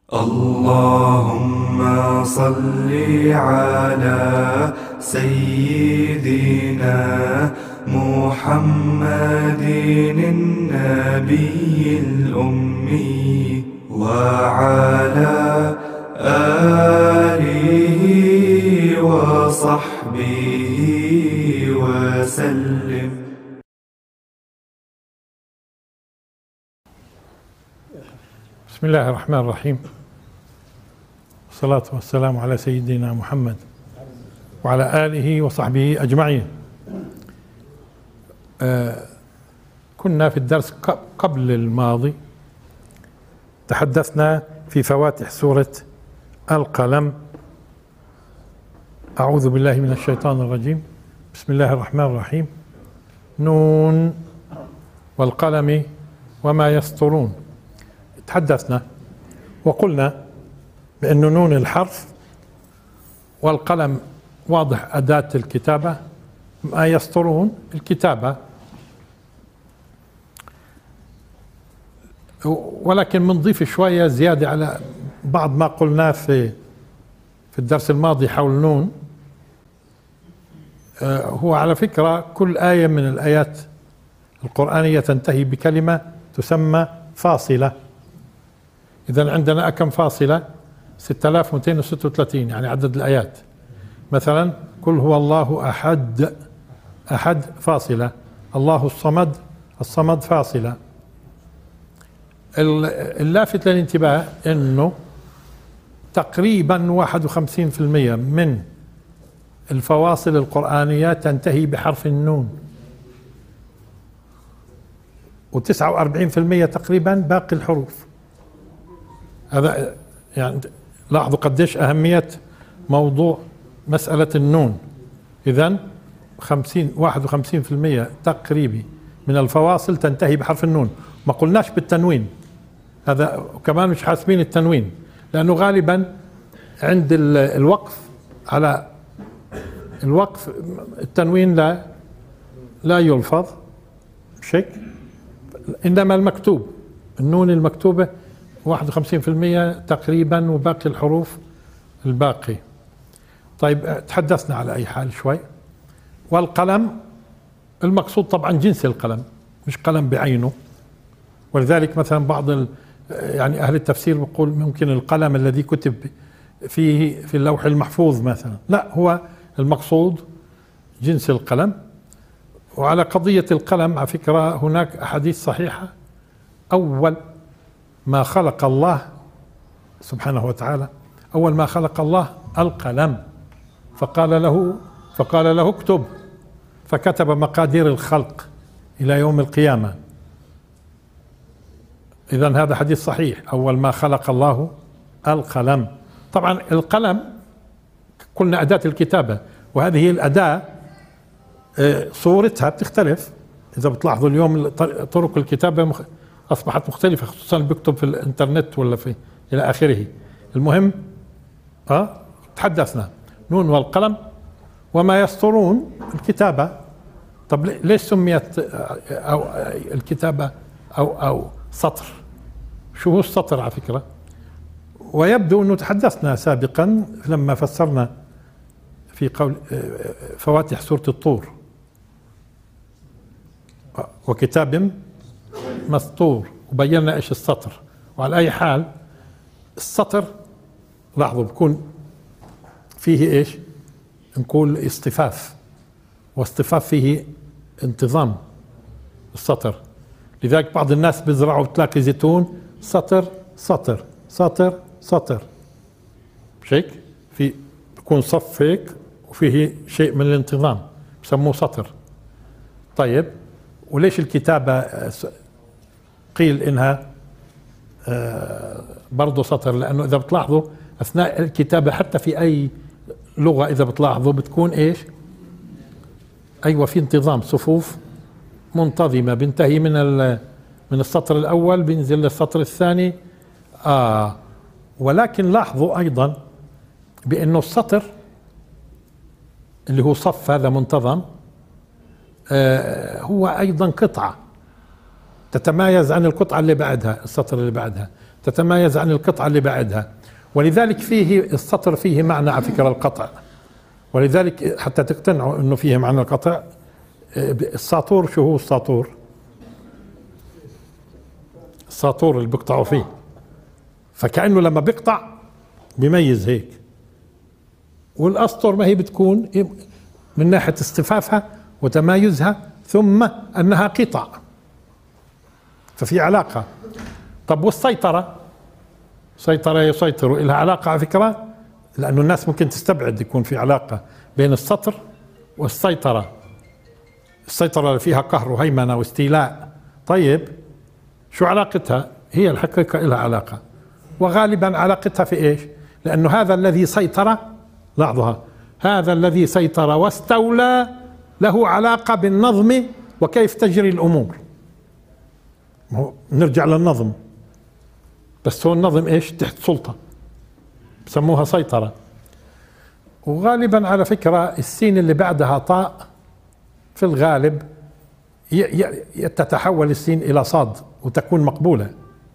اللهم صل على سيدنا محمد النبي الأمي وعلى آله وصحبه وسلم. بسم الله الرحمن الرحيم، والصلاة والسلام على سيدنا محمد وعلى آله وصحبه أجمعين. كنا في الدرس قبل الماضي تحدثنا في فواتح سورة القلم. أعوذ بالله من الشيطان الرجيم. بسم الله الرحمن الرحيم. نون والقلم وما يسطرون. تحدثنا وقلنا بأن نون الحرف والقلم واضح أداة الكتابة، ما يسطرون الكتابة. ولكن بنضيف شوية زيادة على بعض ما قلناه في الدرس الماضي حول نون. هو على فكرة كل آية من الآيات القرآنية تنتهي بكلمة تسمى فاصلة. إذا عندنا كم فاصلة؟ 6236 يعني عدد الآيات. مثلا قل هو الله أحد، أحد فاصلة. الله الصمد، الصمد فاصلة. اللافت للانتباه أنه تقريبا 51% من الفواصل القرآنية تنتهي بحرف النون، و49% تقريبا باقي الحروف. هذا يعني لاحظوا قديش أهمية موضوع مسألة النون. إذن 51% تقريبي من الفواصل تنتهي بحرف النون. ما قلناش بالتنوين، هذا كمان مش حاسبين التنوين، لأنه غالبا عند الوقف على الوقف التنوين لا يلفظ بشكل، إنما المكتوب النون المكتوبة 51% تقريبا وباقي الحروف الباقي. طيب تحدثنا على أي حال شوي. والقلم المقصود طبعا جنس القلم، مش قلم بعينه. ولذلك مثلا بعض يعني أهل التفسير بيقول ممكن القلم الذي كتب فيه في اللوح المحفوظ مثلا، لا، هو المقصود جنس القلم. وعلى قضية القلم على فكرة هناك أحاديث صحيحة. أول ما خلق الله سبحانه وتعالى، أول ما خلق الله القلم، فقال له اكتب، فكتب مقادير الخلق إلى يوم القيامة. إذن هذا حديث صحيح، أول ما خلق الله القلم. طبعا القلم قلنا أداة الكتابة، وهذه الأداة صورتها بتختلف. إذا بتلاحظوا اليوم طرق الكتابة أصبحت مختلفة، خصوصا بيكتب في الإنترنت ولا في إلى آخره. المهم تحدثنا نون والقلم وما يسطرون الكتابة. طب ليش سميت أو الكتابة أو سطر؟ شو هو السطر على فكرة؟ ويبدو أنه تحدثنا سابقا لما فسرنا في قول فواتح سورة الطور وكتاب مسطور، وبينا ايش السطر. وعلى اي حال السطر لاحظوا بكون فيه ايش؟ نقول اصطفاف، واصطفاف فيه انتظام السطر. لذلك بعض الناس بيزرعوا بتلاقي زيتون سطر سطر سطر سطر، مش هيك؟ في بكون صف هيك وفيه شيء من الانتظام بسموه سطر. طيب وليش الكتابة قيل إنها برضو سطر؟ لأنه إذا بتلاحظوا أثناء الكتابة حتى في أي لغة إذا بتلاحظوا بتكون إيش؟ أيوة، في انتظام، صفوف منتظمة، بينتهي من السطر الأول بينزل للسطر الثاني. ولكن لاحظوا أيضا بأنه السطر اللي هو صف هذا منتظم هو أيضا قطعة تتمايز عن القطعة اللي بعدها، السطر اللي بعدها تتميز عن القطعة اللي بعدها، ولذلك فيه السطر فيه معنى على فكرة القطع، ولذلك حتى تقتنعوا انه فيه معنى القطع. الساطور شو هو الساطور؟ الساطور اللي بيقطعوا فيه، فكأنه لما بيقطع بيميز هيك. والأسطر ما هي بتكون من ناحية اصطفافها وتمايزها ثم أنها قطع، ففي علاقة. طب والسيطرة؟ سيطرة يسيطر، لها علاقة على فكرة، لأنه الناس ممكن تستبعد يكون في علاقة بين السطر والسيطرة. السيطرة اللي فيها قهر وهيمنة واستيلاء. طيب شو علاقتها؟ هي الحقيقة لها علاقة، وغالبا علاقتها في ايش؟ لأنه هذا الذي سيطر، لاحظها، هذا الذي سيطر واستولى له علاقة بالنظم وكيف تجري الأمور. نرجع للنظم، بس هو النظم ايش؟ تحت سلطة، بسموها سيطرة. وغالبا على فكرة السين اللي بعدها طاء في الغالب تتحول السين إلى صاد وتكون مقبولة،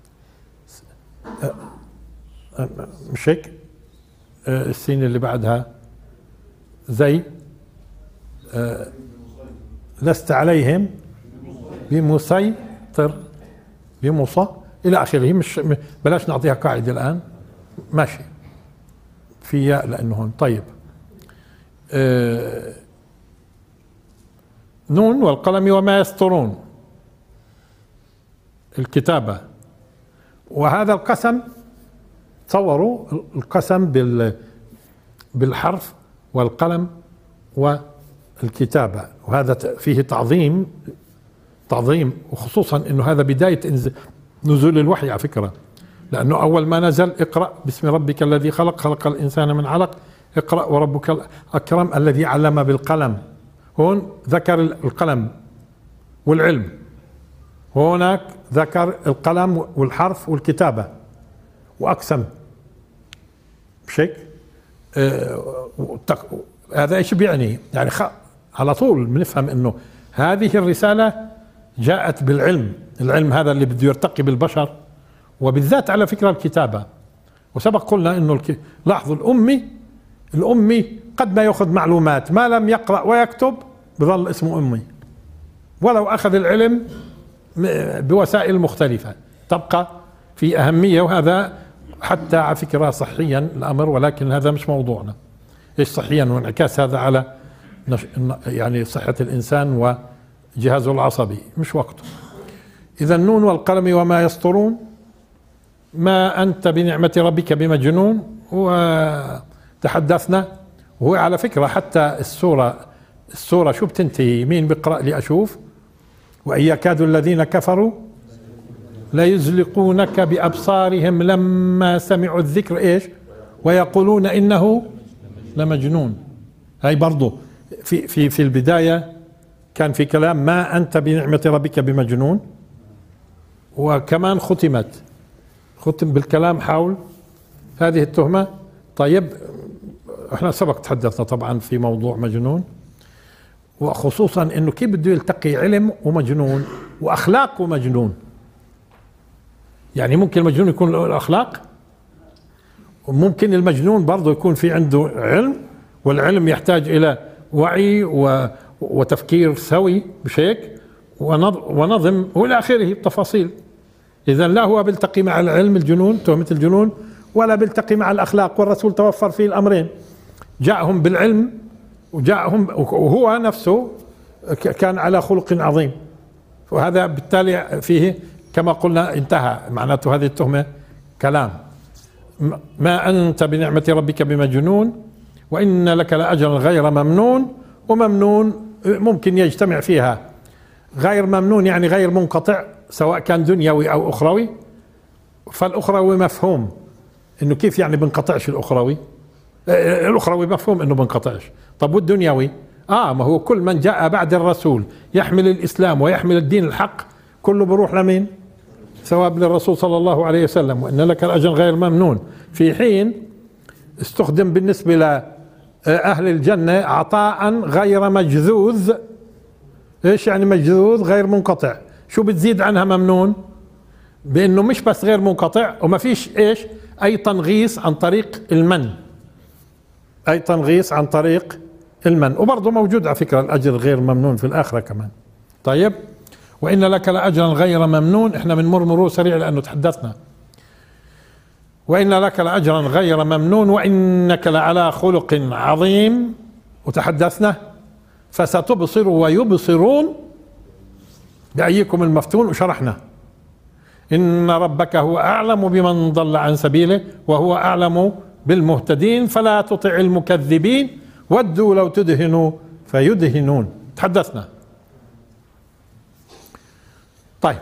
مش هيك؟ السين اللي بعدها زي لست عليهم بمسيطر، بمصى إلى آخره. مش بلاش نعطيها قاعدة الآن، ماشي في ياء لأنه هون. طيب نون والقلم وما يسطرون، الكتابة. وهذا القسم، تصوروا القسم بالحرف والقلم والكتابة، وهذا فيه تعظيم، وخصوصا انه هذا بداية نزول الوحي على فكرة، لأنه أول ما نزل اقرأ باسم ربك الذي خلق، خلق الإنسان من علق، اقرأ وربك الأكرم الذي علم بالقلم. هون ذكر القلم والعلم، هناك ذكر القلم والحرف والكتابة وأقسم، مش هيك؟ هذا ايش بيعني؟ يعني على طول بنفهم انه هذه الرسالة جاءت بالعلم، العلم هذا اللي بده يرتقي بالبشر، وبالذات على فكرة الكتابة. وسبق قلنا انه لاحظوا الأمي قد ما يأخذ معلومات، ما لم يقرأ ويكتب بظل اسمه أمي، ولو أخذ العلم بوسائل مختلفة تبقى في أهمية. وهذا حتى على فكرة صحيا الأمر، ولكن هذا مش موضوعنا. إيش صحيا وانعكاس هذا على يعني صحة الإنسان وجهازه العصبي، مش وقته. إذا النون والقلم وما يسطرون، ما أنت بنعمة ربك بمجنون. وتحدثنا، وهو على فكرة حتى السورة شو بتنتهي؟ مين بيقرأ لي أشوف؟ وإن يكاد الذين كفروا ليزلقونك بأبصارهم لما سمعوا الذكر إيش؟ ويقولون إنه لمجنون. هاي برضو في البداية كان في كلام ما أنت بنعمة ربك بمجنون، وكمان ختم بالكلام حول هذه التهمة. طيب احنا سبق تحدثنا طبعا في موضوع مجنون، وخصوصا انه كيف بده يلتقي علم ومجنون واخلاق ومجنون. يعني ممكن المجنون يكون له اخلاق، وممكن المجنون برضه يكون في عنده علم، والعلم يحتاج الى وعي وتفكير سوي، مش هيك؟ ونظم والى اخره التفاصيل. اذا لا هو بيلتقي مع العلم الجنون، تهمة الجنون، ولا بيلتقي مع الاخلاق. والرسول توفر فيه الامرين، جاءهم بالعلم وجاءهم وهو نفسه كان على خلق عظيم. وهذا بالتالي فيه كما قلنا انتهى معناته هذه التهمة كلام. ما أنت بنعمة ربك بمجنون وإن لك لأجرا غير ممنون. وممنون ممكن يجتمع فيها غير ممنون، يعني غير منقطع، سواء كان دنيوي أو أخروي. فالأخروي مفهوم إنه كيف يعني بنقطعش الأخروي، الأخروي مفهوم إنه بنقطعش. طب والدنيوي؟ ما هو كل من جاء بعد الرسول يحمل الإسلام ويحمل الدين الحق كله بروح لمين؟ ثواب للرسول صلى الله عليه وسلم، وإن لك الأجر غير ممنون. في حين استخدم بالنسبة لأهل الجنة عطاء غير مجذوذ. إيش يعني مجذوذ؟ غير منقطع. شو بتزيد عنها ممنون؟ بانه مش بس غير منقطع وما فيش ايش اي تنغيص عن طريق المن، اي تنغيص عن طريق المن. وبرضه موجود على فكرة الاجر غير ممنون في الاخرة كمان. طيب، وان لك لاجرا غير ممنون، احنا بنمر مرور سريع لانه تحدثنا. وان لك لاجرا غير ممنون وانك لعلى خلق عظيم، وتحدثنا. فستبصر ويبصرون بأيكم المفتون، وشرحنا إن ربك هو أعلم بمن ضل عن سبيله وهو أعلم بالمهتدين فلا تطع المكذبين ودوا لو تدهنوا فيدهنون. تحدثنا. طيب،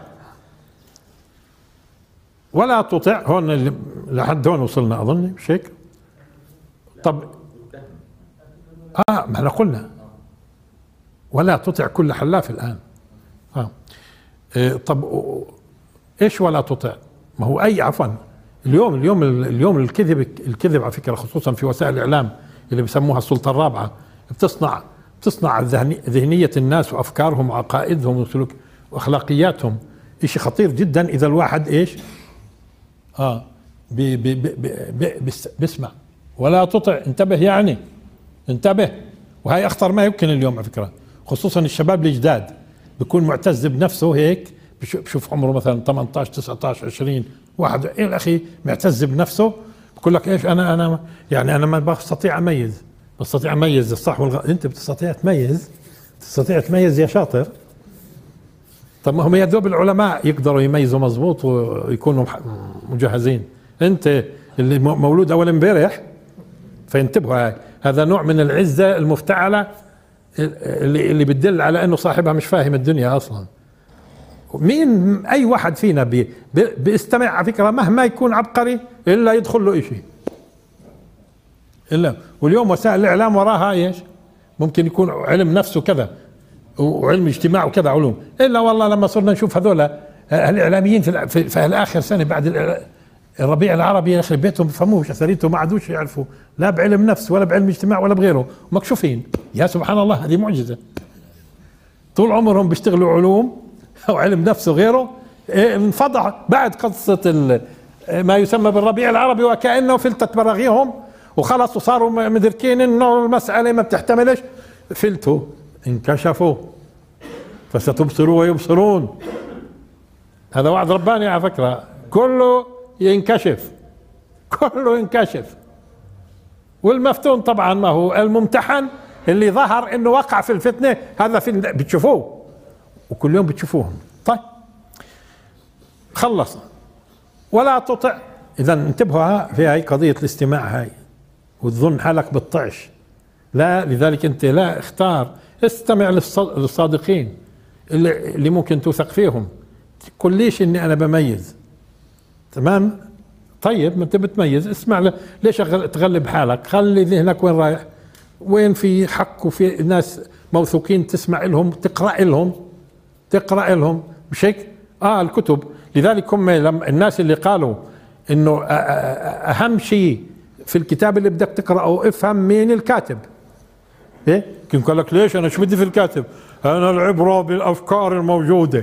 ولا تطع، هون لحد هون وصلنا أظن، مش هيك؟ طب ما احنا قلنا ولا تطع كل حلاف الآن. طب ايش ولا تطع؟ ما هو اي عفوا اليوم الكذب على فكره، خصوصا في وسائل الاعلام اللي بسموها السلطه الرابعه، بتصنع ذهنيه الناس وافكارهم وعقائدهم وسلوك واخلاقياتهم. شيء خطير جدا اذا الواحد ايش بيسمع ولا تطع. انتبه، يعني انتبه. وهي اخطر ما يمكن اليوم على فكره، خصوصا الشباب الجداد بيكون معتز بنفسه هيك، بشوف عمره مثلا 18 19 20 واحد، ايه الاخي معتز بنفسه، بقول لك ايش انا يعني انا ما بستطيع اميز الصح والغلط. انت بتستطيع تميز يا شاطر. طب ما هم يا دوب العلماء يقدروا يميزوا مزبوط ويكونوا مجهزين، انت اللي مولود اول امبارح. فينتبهوا، هذا نوع من العزة المفتعلة اللي بتدل على انه صاحبها مش فاهم الدنيا اصلا. مين اي واحد فينا بيستمع على فكرة مهما يكون عبقري الا يدخل له اشي الا. واليوم وسائل الاعلام وراها ايش؟ ممكن يكون علم نفسه كذا وعلم اجتماع وكذا علوم، الا والله لما صرنا نشوف هذول الاعلاميين في الاخر سنة بعد الربيع العربي يا اخي بيتهم بفهموش اثريته، ما عادوش يعرفوا لا بعلم نفس ولا بعلم اجتماع ولا بغيره، مكشوفين. يا سبحان الله، هذه معجزة. طول عمرهم بيشتغلوا علوم او علم نفس وغيره، انفضح بعد قصة ما يسمى بالربيع العربي وكأنه فلتت براغيهم وخلص وصاروا مدركين انه المسألة ما بتحتملش، فلتوا انكشفوا. فستبصروا ويبصرون، هذا وعد رباني على فكرة، كله ينكشف. والمفتون طبعا ما هو الممتحن اللي ظهر انه وقع في الفتنة، هذا في بتشوفوه وكل يوم بتشوفوهم. طيب خلص. ولا تطع، اذا انتبهوا في هاي قضية الاستماع هاي، وتظن حالك بتطعش، لا. لذلك انت لا، اختار استمع للصادقين اللي ممكن توثق فيهم. كليش اني انا بميز، تمام؟ طيب ما انت بتميز، اسمع ليش تغلب حالك؟ خلي ذهنك وين رايح، وين في حق وفي ناس موثوقين تسمع لهم، تقرأ لهم، مش هيك؟ الكتب. لذلك هم الناس اللي قالوا انه اهم شيء في الكتاب اللي بدك تقرأه افهم مين الكاتب. ايه؟ يمكن قال لك ليش انا شو بدي في الكاتب؟ انا العبرة بالافكار الموجودة.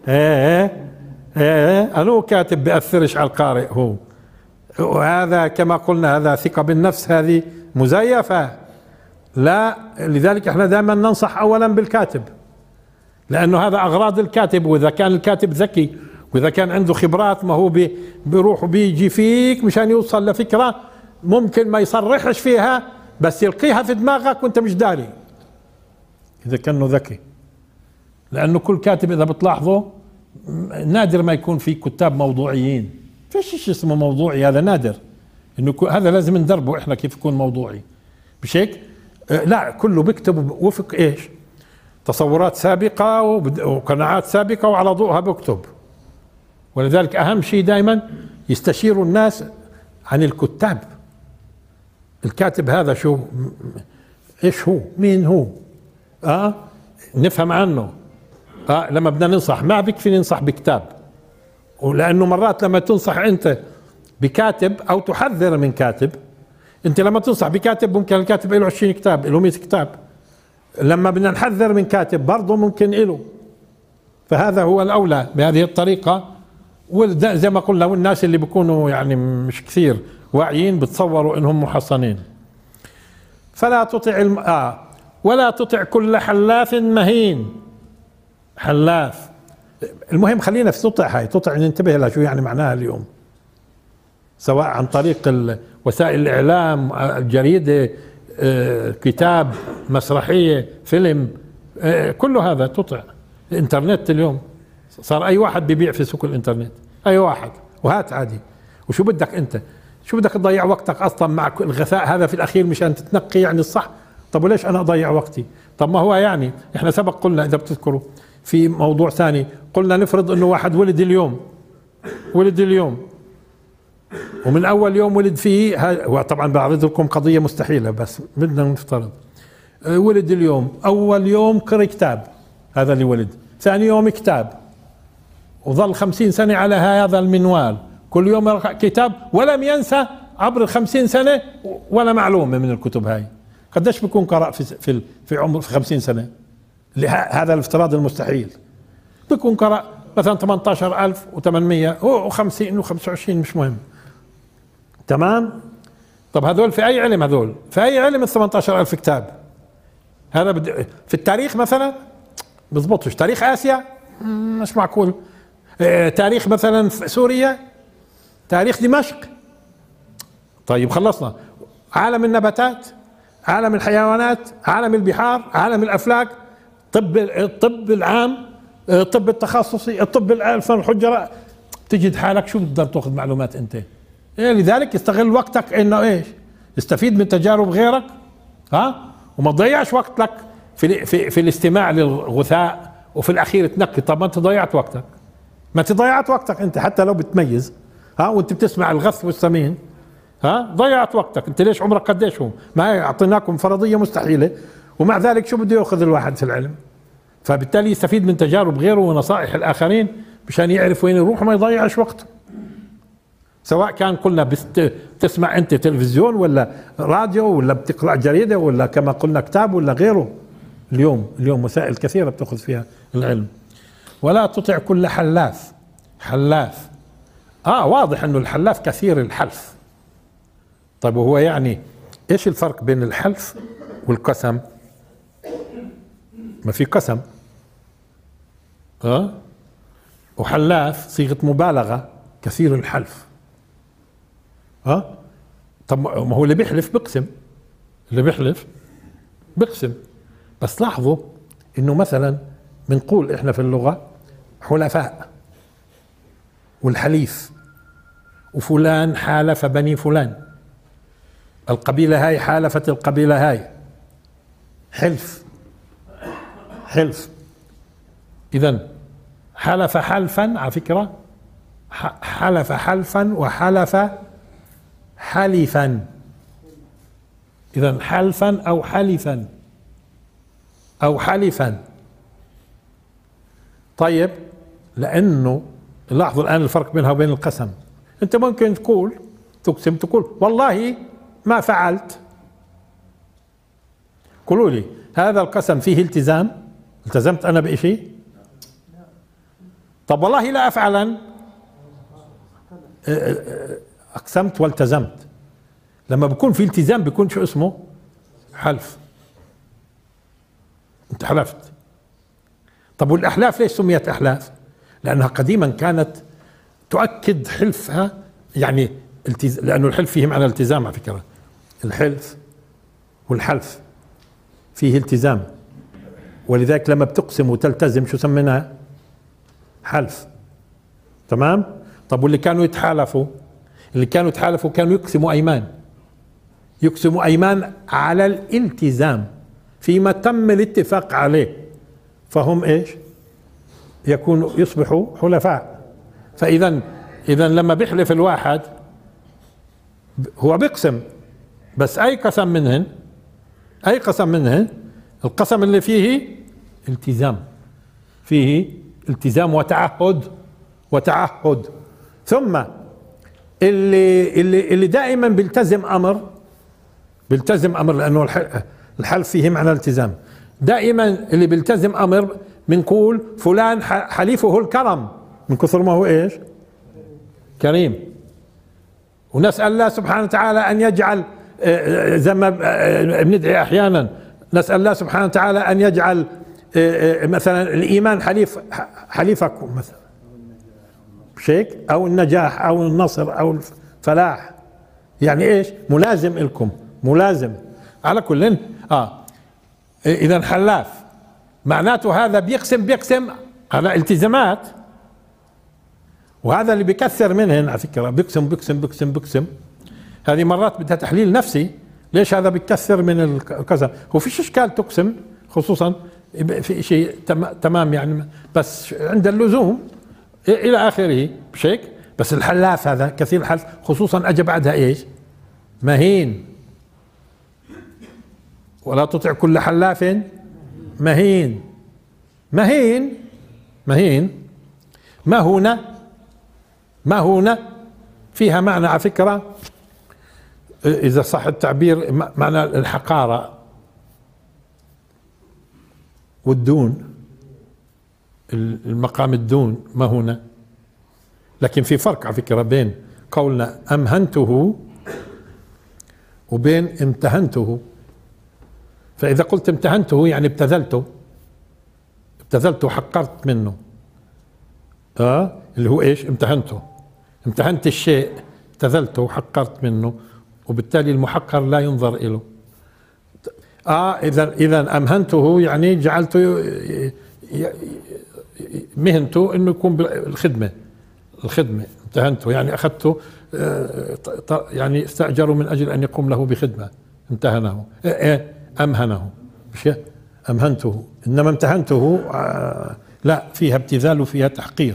أنو كاتب بيأثرش على القارئ هو، وهذا كما قلنا هذا ثقة بالنفس، هذه مزيفة. لا، لذلك احنا دائما ننصح أولا بالكاتب، لأنه هذا أغراض الكاتب. وإذا كان الكاتب ذكي وإذا كان عنده خبرات، ما هو بيروح وبيجي فيك مشان يوصل لفكرة ممكن ما يصرحش فيها، بس يلقيها في دماغك وانت مش داري، إذا كانه ذكي. لأنه كل كاتب إذا بتلاحظوا نادر ما يكون في كتاب موضوعيين، فيش شيء اسمه موضوعي، هذا نادر. انه هذا لازم ندربه احنا كيف يكون موضوعي، مش هيك؟ لا، كله بيكتب وفق ايش؟ تصورات سابقة وقناعات سابقة وعلى ضوءها بيكتب. ولذلك اهم شيء دائما يستشيروا الناس عن الكتاب. الكاتب هذا شو، ايش هو، مين هو، نفهم عنه. لما بدنا ننصح ما بكفي ننصح بكتاب، ولأنه مرات لما تنصح أنت بكاتب أو تحذر من كاتب، أنت لما تنصح بكاتب ممكن الكاتب له 20 كتاب، له 100 كتاب. لما بدنا نحذر من كاتب برضه ممكن له. فهذا هو الأولى بهذه الطريقة زي ما قلنا، والناس اللي بيكونوا يعني مش كثير واعيين بتصوروا انهم محصنين. فلا تطع ولا تطع كل حلاف مهين. حلاف، المهم خلينا في تطع. هاي تطع ننتبه لها شو يعني معناها اليوم، سواء عن طريق وسائل الاعلام، الجريده، كتاب، مسرحيه، فيلم، كله هذا تطع. الانترنت اليوم صار اي واحد بيبيع في سوق الانترنت، اي واحد، وهات عادي. وشو بدك انت؟ شو بدك تضيع وقتك اصلا مع الغثاء هذا في الاخير مشان تتنقي يعني الصح؟ طب وليش انا اضيع وقتي؟ طب ما هو يعني احنا سبق قلنا اذا بتذكروا في موضوع ثاني، قلنا نفرض انه واحد ولد اليوم ومن اول يوم ولد فيه، وطبعا بعرض لكم قضيه مستحيله بس بدنا نفترض ولد اليوم، اول يوم قرأ كتاب، هذا اللي ولد، ثاني يوم كتاب، وظل 50 سنه على هذا المنوال، كل يوم يقرأ كتاب ولم ينسى عبر 50 سنه ولا معلومه من الكتب هاي. قديش بيكون قرأ في عمر 50 سنه؟ هذا الافتراض المستحيل. بيكون قرأ مثلا 18850 و25 مش مهم. تمام؟ طب هذول في اي علم؟ هذول في اي علم ال 18000 كتاب؟ هذا في التاريخ مثلا بضبطش. تاريخ اسيا مش معقول. تاريخ مثلا سوريا، تاريخ دمشق. طيب خلصنا. عالم النباتات، عالم الحيوانات، عالم البحار، عالم الافلاك، الطب العام، الطب التخصصي، الطب الفن الحجره. تجد حالك شو بتقدر تاخذ معلومات انت؟ لذلك استغل وقتك انه ايش؟ استفيد من تجارب غيرك، وما تضيعش وقتك في الاستماع للغثاء وفي الاخير تنقي. طب ما انت ضيعت وقتك، انت حتى لو بتميز وانت بتسمع الغث والسمين، ضيعت وقتك انت. ليش؟ عمرك قديش هو؟ ما اعطيناكم فرضيه مستحيله، ومع ذلك شو بده ياخذ الواحد في العلم؟ فبالتالي يستفيد من تجارب غيره ونصائح الاخرين مشان يعرف وين يروح وما يضيعش وقته. سواء كان قلنا بتسمع انت تلفزيون ولا راديو ولا بتقرا جريده ولا كما قلنا كتاب ولا غيره. اليوم وسائل كثيره بتاخذ فيها العلم. ولا تطع كل حلاف. واضح انه الحلاف كثير الحلف. طيب وهو يعني ايش الفرق بين الحلف والقسم؟ ما في قسم وحلاف صيغه مبالغه، كثير الحلف. طب ما هو اللي بيحلف بيقسم. بس لاحظوا انه مثلا بنقول احنا في اللغه حلفاء والحليف، وفلان حالف بني فلان، القبيله هاي حالفت القبيله هاي. حلف. اذا حلف حلفا، على فكره حلف حلفا وحلف حلفا. اذا حلفا او حلفا. طيب لانه لاحظوا الان الفرق بينها وبين القسم. انت ممكن تقسم تقول والله ما فعلت. قولوا لي هذا القسم فيه التزمت انا بشيء؟ طب والله لا افعلن، اقسمت والتزمت. لما بيكون في التزام بيكون شو اسمه؟ حلف. انت حلفت. طب والاحلاف ليش سميت احلاف؟ لانها قديما كانت تؤكد حلفها، يعني لانه الحلف فيه معنى الالتزام. على فكره الحلف والحلف فيه التزام، ولذلك لما بتقسم وتلتزم شو سميناها؟ حلف. تمام؟ طب واللي كانوا يتحالفوا كانوا يقسموا ايمان على الالتزام فيما تم الاتفاق عليه، فهم ايش؟ يصبحوا حلفاء. فاذا لما بيحلف الواحد هو بيقسم، بس اي قسم منهن القسم اللي فيه التزام وتعهد. ثم اللي دائما بيلتزم امر لانه الحلف فيه معنى الالتزام. دائما اللي بيلتزم امر بنقول فلان حليفه الكرم، من كثر ما هو ايش؟ كريم. ونسأل الله سبحانه وتعالى أن يجعل زي ما بندعي أحيانا، نسأل الله سبحانه وتعالى أن يجعل مثلا الإيمان حليفكم مثلا، مش هيك؟ أو النجاح أو النصر أو الفلاح، يعني إيش؟ ملازم لكم، ملازم على كل. إذا حلاف معناته هذا بيقسم على التزامات، وهذا اللي بيكثر منهن على فكرة، بيقسم. هذه مرات بدها تحليل نفسي، ليش هذا بيكثر من كذا؟ هو فيش إشكال تقسم، خصوصا في شيء تمام يعني، بس عند اللزوم إلى آخره، مش هيك؟ بس الحلاف هذا كثير الحلف، خصوصا أجى بعدها إيش؟ مهين. ولا تطع كل حلاف مهين. ما هنا فيها معنى على فكرة، إذا صح التعبير، معنى الحقارة والدون، المقام الدون ما هنا. لكن في فرق على فكرة بين قولنا أمهنته وبين امتهنته. فإذا قلت امتهنته يعني ابتذلته حقرت منه، اللي هو ايش؟ امتهنت الشيء، ابتذلته حقرت منه، وبالتالي المحقر لا ينظر له. اذا امهنته يعني جعلته مهنته انه يكون بالخدمه، امتهنته يعني اخذته، يعني استاجروا من اجل ان يقوم له بخدمه، امتهنه، امهنه، مش امهنته. انما امتهنته لا، فيها ابتذال وفيها تحقير.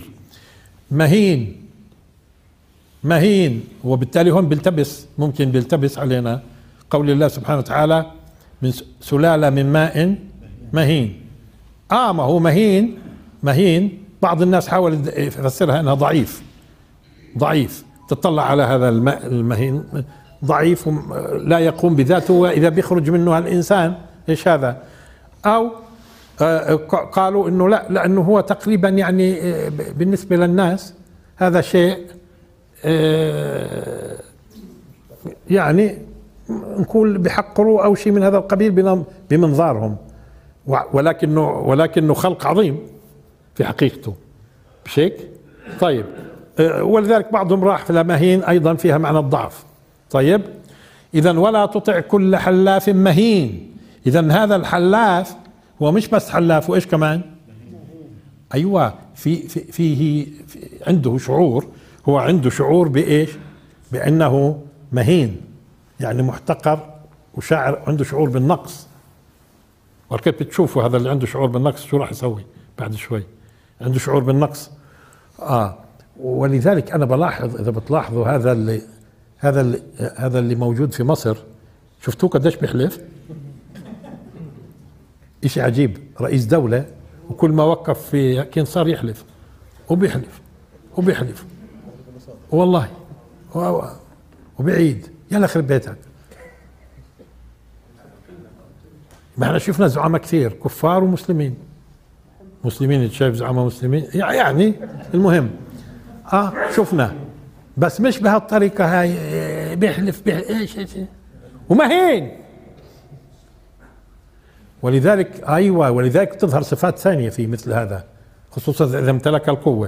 مهين، وبالتالي هون ممكن بيلتبس علينا قول الله سبحانه وتعالى من سلالة من ماء مهين. ما هو مهين بعض الناس حاول يفسرها انها ضعيف، تطلع على هذا الماء المهين ضعيف لا يقوم بذاته، واذا بيخرج منه الانسان ايش هذا؟ او قالوا انه لا، لانه هو تقريبا يعني بالنسبة للناس هذا شيء يعني نقول بحقروا او شيء من هذا القبيل بمنظارهم، ولكنه خلق عظيم في حقيقته، مش هيك؟ طيب، ولذلك بعضهم راح في مهين ايضا فيها معنى الضعف. طيب، اذا ولا تطع كل حلاف مهين. اذا هذا الحلاف هو مش بس حلاف، وايش كمان؟ ايوه، فيه عنده شعور، هو عنده شعور بايش؟ بانه مهين، يعني محتقر، وشاعر عنده شعور بالنقص. وكيف بتشوفوا هذا اللي عنده شعور بالنقص شو راح يسوي بعد شوي؟ عنده شعور بالنقص. ولذلك انا بلاحظ، اذا بتلاحظوا هذا اللي موجود في مصر، شفتوه قديش بيحلف؟ اشي عجيب، رئيس دولة وكل ما وقف في كان صار يحلف وبيحلف والله، وبعيد. يلا خرب بيتك. ما احنا شفنا زعماء كثير كفار ومسلمين، شايف زعماء مسلمين يعني المهم شفنا، بس مش بهالطريقة هاي، بيحلف ايش ومهين. ولذلك تظهر صفات ثانية في مثل هذا، خصوصا إذا امتلك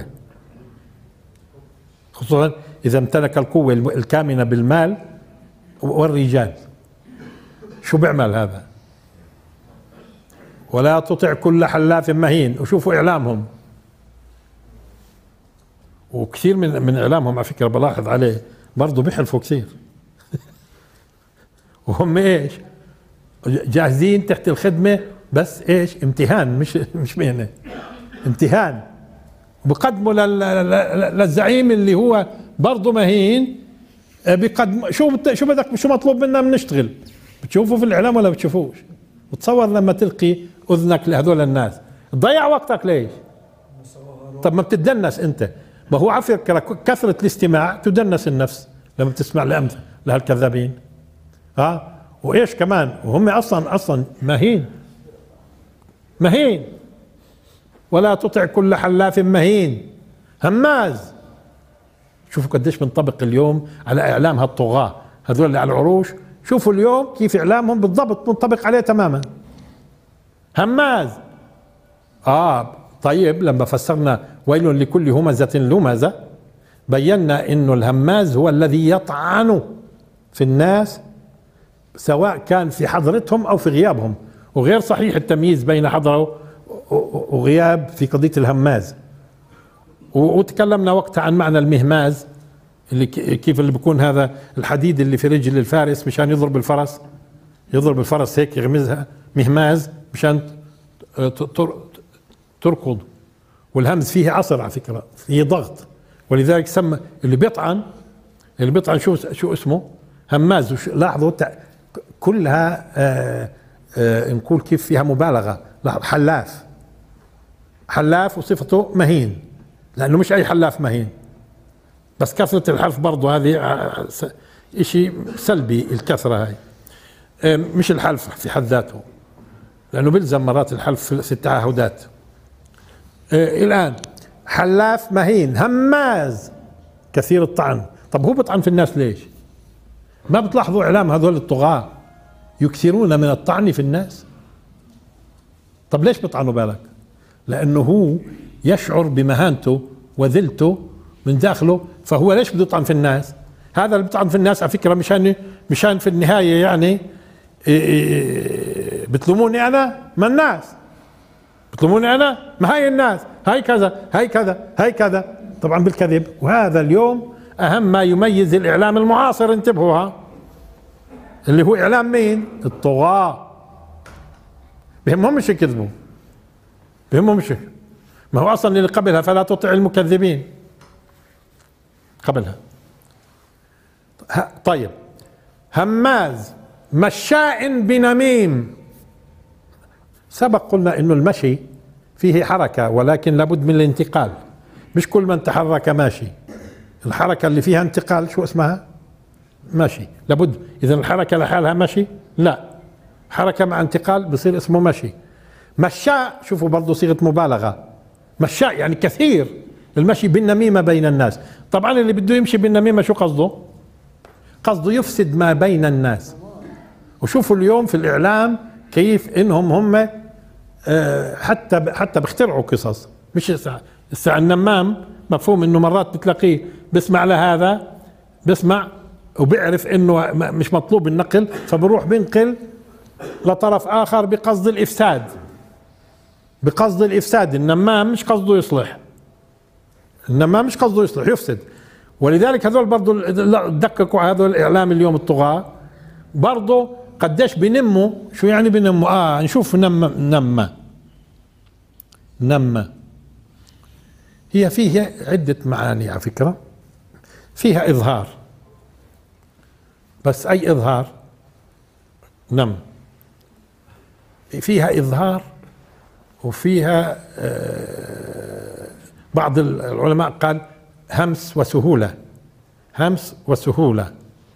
القوة الكامنة بالمال والرجال. شو بيعمل هذا؟ ولا تطع كل حلاف مهين. وشوفوا إعلامهم، وكثير من إعلامهم على فكرة بلاحظ عليه برضو بيحلفوا كثير وهم ايش؟ جاهزين تحت الخدمة، بس ايش؟ امتهان، مش مهنة، امتهان. بقدموا للزعيم اللي هو برضه مهين، بقدم شو بدك، شو مطلوب منا بنشتغل. بتشوفوا في الاعلام ولا بتشوفوش؟ بتصور لما تلقي اذنك لهذول الناس تضيع وقتك ليش؟ طب ما بتتدنس انت. ما هو على فكرة كثرة الاستماع تدنس النفس لما بتسمع لهالكذابين. وايش كمان؟ وهم اصلا مهين. ولا تطع كل حلاف مهين هماز شوفوا قديش بنطبق اليوم على اعلام هالطغاة هذول اللي على العروش. شوفوا اليوم كيف اعلامهم بالضبط منطبق عليه تماما. هماز. طيب لما فسرنا ويل لكل همزة لمزة بينا انه الهماز هو الذي يطعن في الناس سواء كان في حضرتهم او في غيابهم، وغير صحيح التمييز بين حضره وغياب في قضية الهماز. وتكلمنا وقتها عن معنى المهماز اللي كيف اللي بيكون هذا الحديد اللي في رجل الفارس مشان يضرب الفرس، يضرب الفرس هيك يغمزها، مهماز مشان تركض. والهمز فيه عصر على فكرة، فيه ضغط، ولذلك سمى اللي بيطعن شو اسمه؟ هماز. لاحظوا كلها نقول كيف فيها مبالغة. حلاف وصفته مهين، لأنه مش أي حلاف مهين، بس كثرة الحلف برضه هذه اشي سلبي. الكثرة هاي مش الحلف في حد ذاته، لأنه بيلزم مرات الحلف في التعهدات. الآن حلاف مهين، هماز كثير الطعن. طب هو بطعن في الناس ليش؟ ما بتلاحظوا إعلام هذول الطغاة يكثرون من الطعن في الناس؟ طب ليش بطعنوا بالك؟ لأنه هو يشعر بمهانته وذلته من داخله، فهو ليش بده يطعن في الناس؟ هذا اللي بيطعن في الناس على فكرة مشان في النهاية يعني بتلوموني أنا؟ ما الناس بتلوموني أنا؟ ما هاي الناس، هاي كذا هاي كذا هاي كذا، طبعا بالكذب. وهذا اليوم أهم ما يميز الإعلام المعاصر، انتبهوا، اللي هو إعلام مين؟ الطغاة. بهمهمش يكذبوا، بهمهمش. ما هو أصلا اللي قبلها فلا تطع المكذبين قبلها. طيب هماز مشاء بنميم. سبق قلنا إنه المشي فيه حركة ولكن لابد من الانتقال، مش كل من تحرك ماشي. الحركة اللي فيها انتقال شو اسمها؟ مشي. لابد إذا الحركة لحالها مشي؟ لا، حركة مع انتقال بصير اسمه مشي. مشاء شوفوا برضو صيغة مبالغة، مشاء يعني كثير المشي بالنميمة بين الناس. طبعا اللي بده يمشي بالنميمة شو قصده؟ قصده يفسد ما بين الناس. وشوفوا اليوم في الإعلام كيف إنهم هم حتى بيخترعوا قصص. مش الساعة النمام مفهوم إنه مرات بتلاقيه بسمع لهذا، بسمع وبيعرف إنه مش مطلوب النقل، فبروح بينقل لطرف آخر بقصد الإفساد. بقصد الإفساد. النمام مش قصده يصلح، النمام مش قصده يصلح، يفسد. ولذلك هذول برضو دققوا على هذول الإعلام اليوم الطغاة، برضو قديش بنموا. شو يعني بنموا؟ نشوف نمى هي فيها عدة معاني على فكرة. فيها إظهار، بس أي إظهار؟ فيها إظهار، وفيها بعض العلماء قال همس وسهولة، همس وسهولة.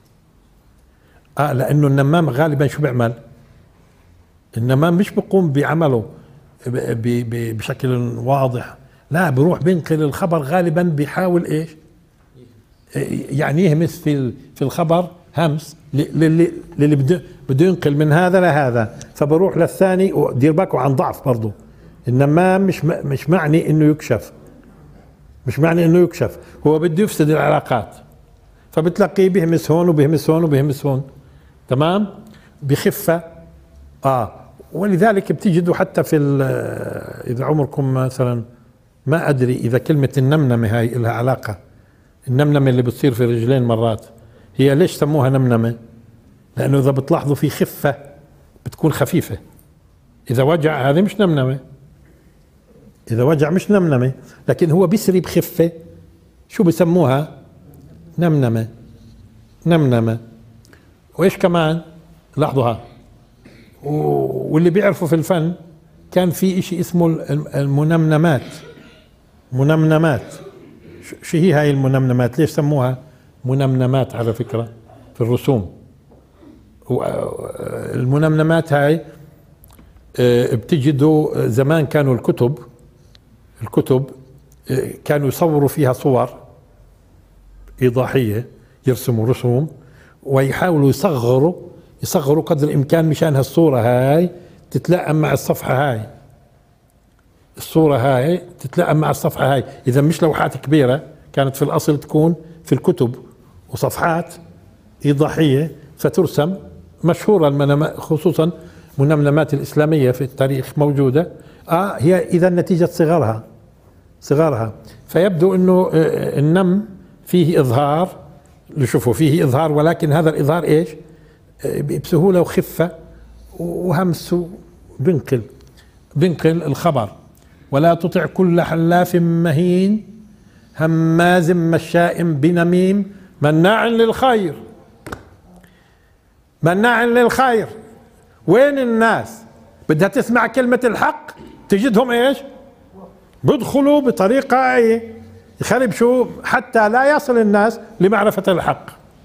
لأنه النمام غالبا شو بيعمل؟ النمام مش بيقوم بعمله بشكل واضح، لا، بيروح بينقل الخبر غالبا، بيحاول ايش؟ يعني يهمس في الخبر همس للي بده ينقل من هذا لهذا، فبروح للثاني. ودير بالكم عن ضعف برضه النمام، مش معني انه يكشف، مش معني انه يكشف، هو بده يفسد العلاقات، فبتلاقيه بيهمس هون وبيهمس هون وبيهمس هون، تمام، بخفة. ولذلك بتجدوا حتى في اذا عمركم مثلا، ما ادري اذا كلمة النمنمة هاي لها علاقة، النمنمة اللي بتصير في الرجلين مرات، هي ليش سموها نمنمة؟ لانه اذا بتلاحظوا في خفة بتكون خفيفة. اذا وجع هذه مش نمنمة، اذا وجع مش نمنمة، لكن هو بيسري بخفة، شو بسموها؟ نمنمة. وايش كمان؟ لاحظوها. واللي بيعرفوا في الفن كان في اشي اسمه المنمنمات. شو هي هاي المنمنمات؟ ليش سموها منمنمات؟ على فكرة في الرسوم المنمنمات هاي بتجدوا زمان كانوا الكتب كانوا يصوروا فيها صور إيضاحية، يرسموا رسوم ويحاولوا يصغروا قدر الإمكان مشان هالصورة هاي تتلائم مع الصفحة هاي، الصورة هاي تتلائم مع الصفحة هاي. إذا مش لوحات كبيرة، كانت في الأصل تكون في الكتب وصفحات إيضاحية فترسم. مشهورة خصوصا منمنمات الإسلامية في التاريخ موجودة. هي إذا نتيجة صغارها فيبدو أنه النم فيه إظهار، شوفوا فيه إظهار، ولكن هذا الإظهار إيش؟ بسهولة وخفة وهمس بنقل الخبر. ولا تطع كل حلاف مهين هماز مشاء بنميم مناع للخير. وين الناس بدها تسمع كلمة الحق تجدهم ايش؟ بدخلوا بطريقة يخربشوا حتى لا يصل الناس لمعرفة الحق.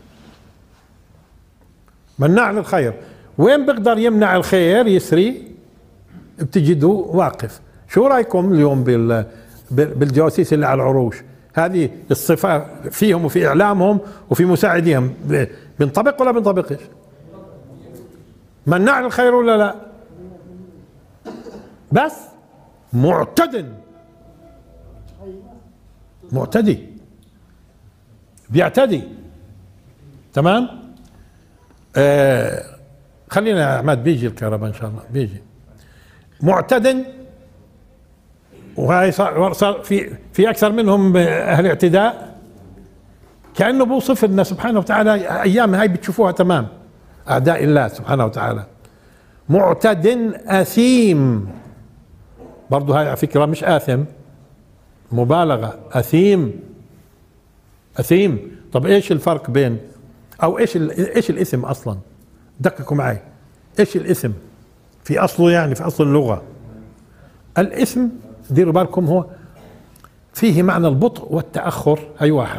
مناع للخير، وين بيقدر يمنع الخير يسري بتجده واقف. شو رايكم اليوم بالجواسيس اللي على العروش؟ هذه الصفة فيهم وفي إعلامهم وفي مساعديهم، بنطبق ولا بنطبقش؟ مناع للخير ولا لا؟ بس معتدي بيعتدي. تمام. خلينا يا عماد، بيجي الكهرباء ان شاء الله، بيجي معتد. وهاي صار في اكثر منهم اهل اعتداء، كانه بوصف لنا سبحانه وتعالى ايام هاي بتشوفوها تمام، اعداء الله سبحانه وتعالى. معتد اثيم، برضه هاي على فكره مش آثم، مبالغه، اثيم. طب ايش الفرق بين، او ايش الاثم اصلا؟ دققوا معي، ايش الاثم في اصله؟ يعني في اصل اللغه الاثم، ديروا بالكم، هو فيه معنى البطء والتاخر. هي واحد،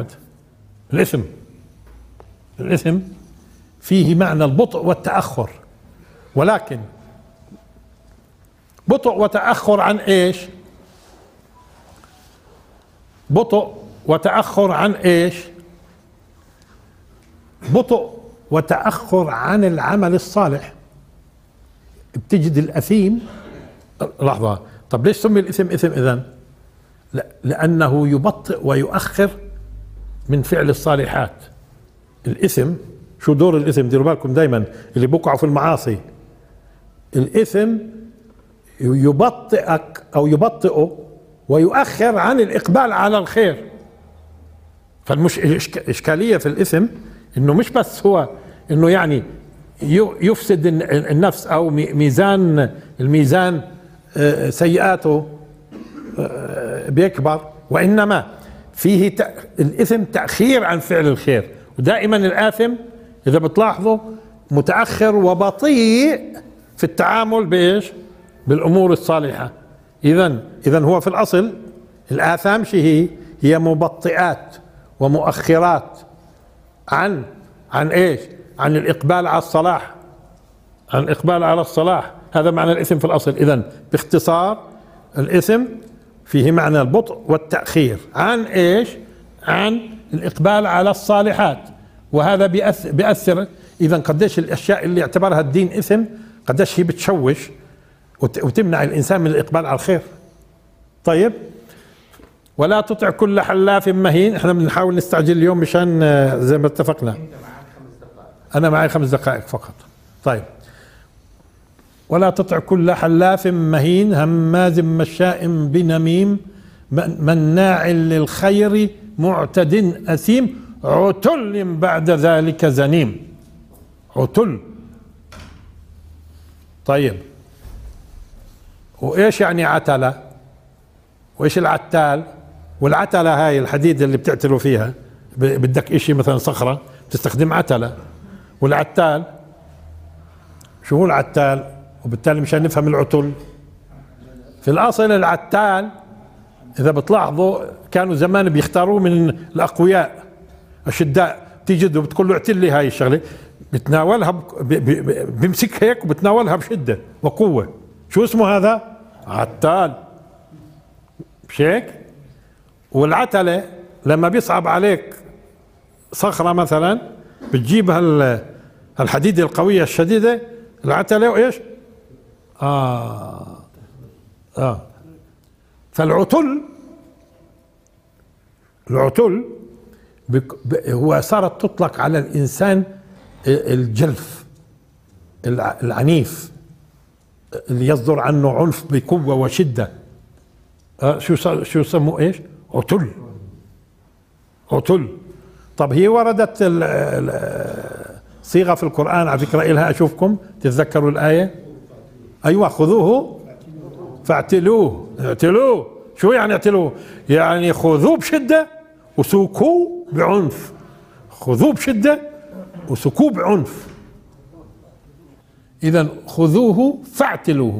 الاثم فيه معنى البطء والتاخر، ولكن بطء وتاخر عن ايش؟ بطء وتاخر عن ايش؟ بطء وتأخر عن العمل الصالح. بتجد الأثيم، لحظة، طب ليش سمي الإثم إثم إذن؟ لا، لأنه يبطئ ويؤخر من فعل الصالحات. الإثم، شو دور الإثم؟ ديروا بالكم دايما اللي بوقعوا في المعاصي، الإثم يبطئك أو يبطئه ويؤخر عن الإقبال على الخير. فالمش إشكالية في الإثم انه مش بس هو انه يعني يفسد النفس او الميزان سيئاته بيكبر، وانما فيه الاثم تاخير عن فعل الخير. ودائما الاثم اذا بتلاحظوا متاخر وبطيء في التعامل بايش؟ بالامور الصالحه. اذا هو في الاصل الاثام هي مبطئات ومؤخرات عن ايش؟ عن الاقبال على الصلاح، عن الاقبال على الصلاح. هذا معنى الاثم في الاصل. اذا باختصار الاثم فيه معنى البطء والتاخير عن ايش؟ عن الاقبال على الصالحات. وهذا بيأثر اذا قديش الاشياء اللي اعتبرها الدين اثم قديش هي بتشوش وتمنع الانسان من الاقبال على الخير. طيب، ولا تطع كل حلاف مهين. احنا بنحاول نستعجل اليوم مشان زي ما اتفقنا. انا معي 5 دقائق فقط. طيب، ولا تطع كل حلاف مهين هماز مشاء بنميم مناع للخير معتد اثيم عتل بعد ذلك زنيم. عتل. طيب، وايش يعني عتلة؟ وايش العتال؟ والعتلة هاي الحديد اللي بتعتلوا فيها، بدك اشي مثلا صخرة بتستخدم عتلة. والعتال شو هو العتال؟ وبالتالي مشان نفهم العتل، في الاصل العتال اذا بتلاحظوا كانوا زمان بيختاروه من الاقوياء اشداء، تيجي بتقول له اعتل لي هاي الشغله، بتناولها بيمسكها هيك وبتناولها بشده وقوه. شو اسمه هذا؟ عتال، مش هيك؟ والعتله لما بيصعب عليك صخرة مثلا بتجيب الحديدة القوية الشديدة العتلة وإيش؟ فالعتل هو صارت تطلق على الإنسان الجلف العنيف اللي يصدر عنه عنف بقوة وشدة. شو يسموه ايش؟ عتل. طب هي وردت صيغة في القرآن على فكرة إلها، أشوفكم تتذكروا الآية. أيوة، خذوه فاعتلوه. اعتلوه شو يعني اعتلوه؟ يعني خذوه بشدة وسوكوه بعنف. خذوه بشدة وسوكوه بعنف. إذا خذوه فاعتلوه.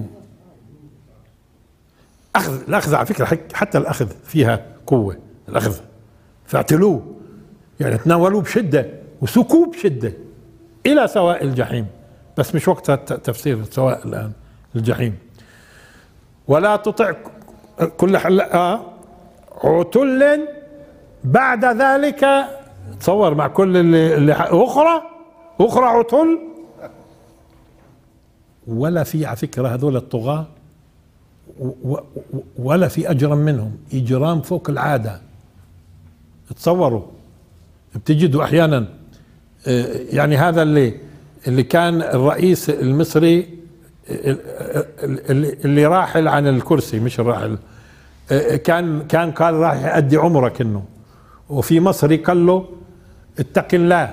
الأخذ على فكرة حتى الأخذ فيها قوة. الأخذ فاعتلوه يعني تناولوه بشدة وسوكوه بشدة إلى سواء الجحيم. بس مش وقتها تفسير سواء الآن الجحيم. ولا تطع كل عتل بعد ذلك. تصور مع كل اللي أخرى عتل. ولا في على فكرة هذول الطغاة ولا في أجرم منهم، إجرام فوق العادة. تصوروا بتجدوا أحيانا يعني هذا اللي كان الرئيس المصري اللي راحل عن الكرسي، مش الراحل، كان قال راح يؤدي عمره كنه، وفي مصري قال له اتق الله.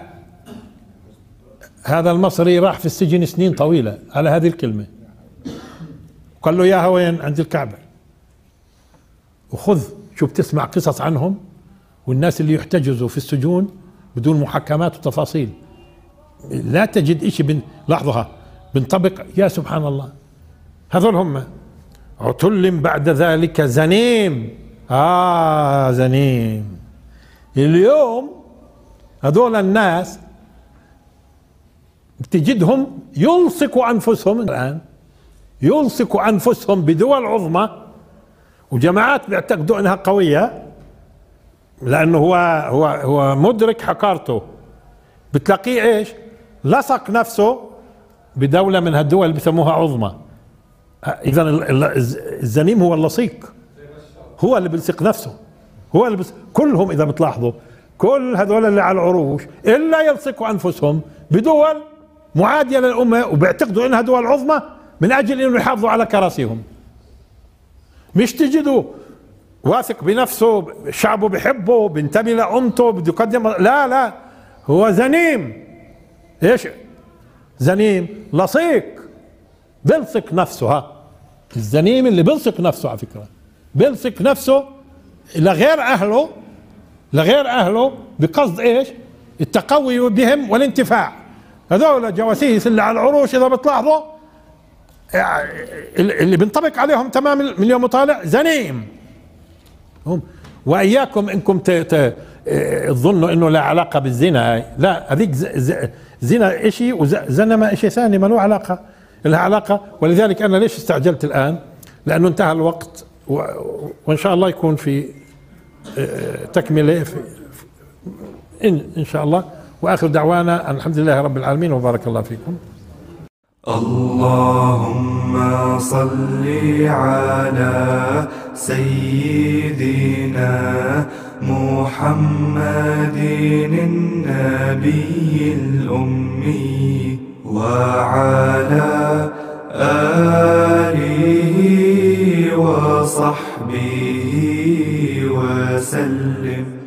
هذا المصري راح في السجن سنين طويلة على هذه الكلمة. قال له ياها وين؟ عند الكعبة. وخذ شو بتسمع قصص عنهم والناس اللي يحتجزوا في السجون بدون محاكمات وتفاصيل. لا تجد اشي لاحظها بنطبق. يا سبحان الله، هذول هم عتل بعد ذلك زنيم. زنيم. اليوم هذول الناس بتجدهم يلصقوا أنفسهم الآن، يلصقوا أنفسهم بدول عظمى وجماعات بيعتقدوا أنها قوية، لأنه هو مدرك حقارته. بتلاقيه إيش؟ لصق نفسه بدولة من هالدول اللي بيسموها عظمى. إذا الزنيم هو اللصيق، هو اللي بيلصق نفسه، هو اللي كلهم إذا بتلاحظوا كل هذول اللي على العروش إلا يلصقوا أنفسهم بدول معادية للأمة وبيعتقدوا إنها دول عظمى من أجل إنه يحافظوا على كراسيهم. مش تجدوا واثق بنفسه، شعبه بحبه، بينتمي لأمته، بده يقدم. لا، هو زنيم. ايش زنيم؟ لصيق، بيلصق نفسه. الزنيم اللي بيلصق نفسه على فكرة بيلصق نفسه لغير أهله بقصد ايش؟ التقوي بهم والانتفاع. هذول جواسيس اللي على العروش إذا بتلاحظوا اللي بينطبق عليهم تمام من يوم طالع زنيم. وإياكم إنكم تظنوا إنه لا علاقة بالزنا. لا، هذيك زنا إشي وزنما إشي ثاني ما له علاقة. لها علاقة. ولذلك أنا ليش استعجلت الآن؟ لأنه انتهى الوقت وإن شاء الله يكون في تكملة إن شاء الله. وآخر دعوانا الحمد لله رب العالمين وبارك الله فيكم. اللهم صل على سيدنا محمد النبي الأمي وعلى آله وصحبه وسلم.